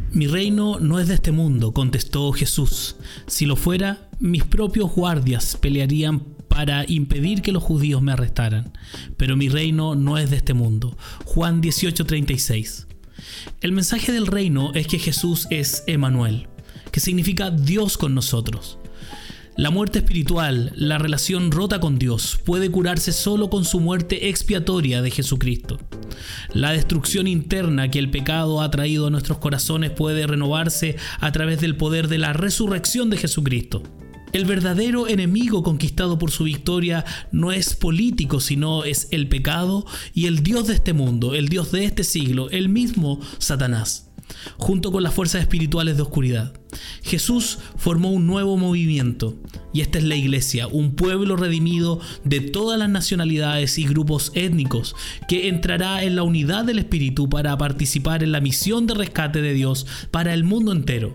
Mi reino no es de este mundo, contestó Jesús. Si lo fuera, mis propios guardias pelearían para impedir que los judíos me arrestaran. Pero mi reino no es de este mundo. Juan 18:36. El mensaje del reino es que Jesús es Emmanuel, que significa Dios con nosotros. La muerte espiritual, la relación rota con Dios, puede curarse solo con su muerte expiatoria de Jesucristo. La destrucción interna que el pecado ha traído a nuestros corazones puede renovarse a través del poder de la resurrección de Jesucristo. El verdadero enemigo conquistado por su victoria no es político, sino es el pecado y el Dios de este mundo, el Dios de este siglo, el mismo Satanás, junto con las fuerzas espirituales de oscuridad. Jesús formó un nuevo movimiento, y esta es la Iglesia, un pueblo redimido de todas las nacionalidades y grupos étnicos, que entrará en la unidad del Espíritu para participar en la misión de rescate de Dios para el mundo entero.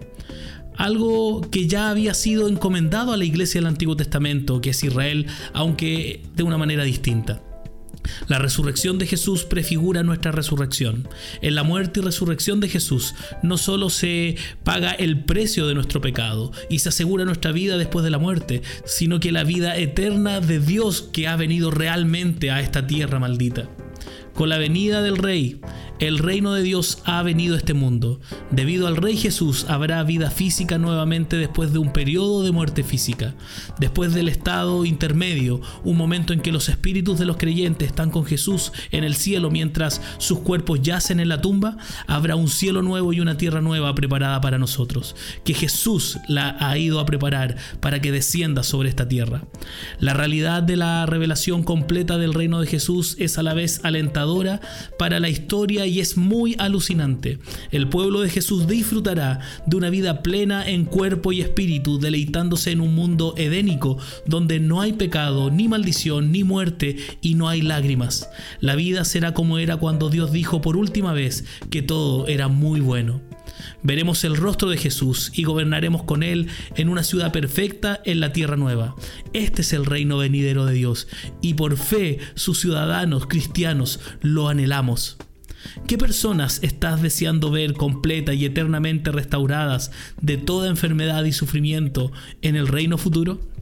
Algo que ya había sido encomendado a la Iglesia del Antiguo Testamento, que es Israel, aunque de una manera distinta. La resurrección de Jesús prefigura nuestra resurrección. En la muerte y resurrección de Jesús no solo se paga el precio de nuestro pecado y se asegura nuestra vida después de la muerte, sino que la vida eterna de Dios que ha venido realmente a esta tierra maldita. Con la venida del Rey, el reino de Dios ha venido a este mundo. Debido al Rey Jesús habrá vida física nuevamente después de un periodo de muerte física. Después del estado intermedio, un momento en que los espíritus de los creyentes están con Jesús en el cielo mientras sus cuerpos yacen en la tumba, habrá un cielo nuevo y una tierra nueva preparada para nosotros, que Jesús la ha ido a preparar para que descienda sobre esta tierra. La realidad de la revelación completa del reino de Jesús es a la vez alentadora para la historia y es muy alucinante. El pueblo de Jesús disfrutará de una vida plena en cuerpo y espíritu, deleitándose en un mundo edénico donde no hay pecado, ni maldición, ni muerte y no hay lágrimas. La vida será como era cuando Dios dijo por última vez que todo era muy bueno. Veremos el rostro de Jesús y gobernaremos con Él en una ciudad perfecta en la tierra nueva. Este es el reino venidero de Dios y por fe sus ciudadanos cristianos lo anhelamos. ¿Qué personas estás deseando ver completa y eternamente restauradas de toda enfermedad y sufrimiento en el reino futuro?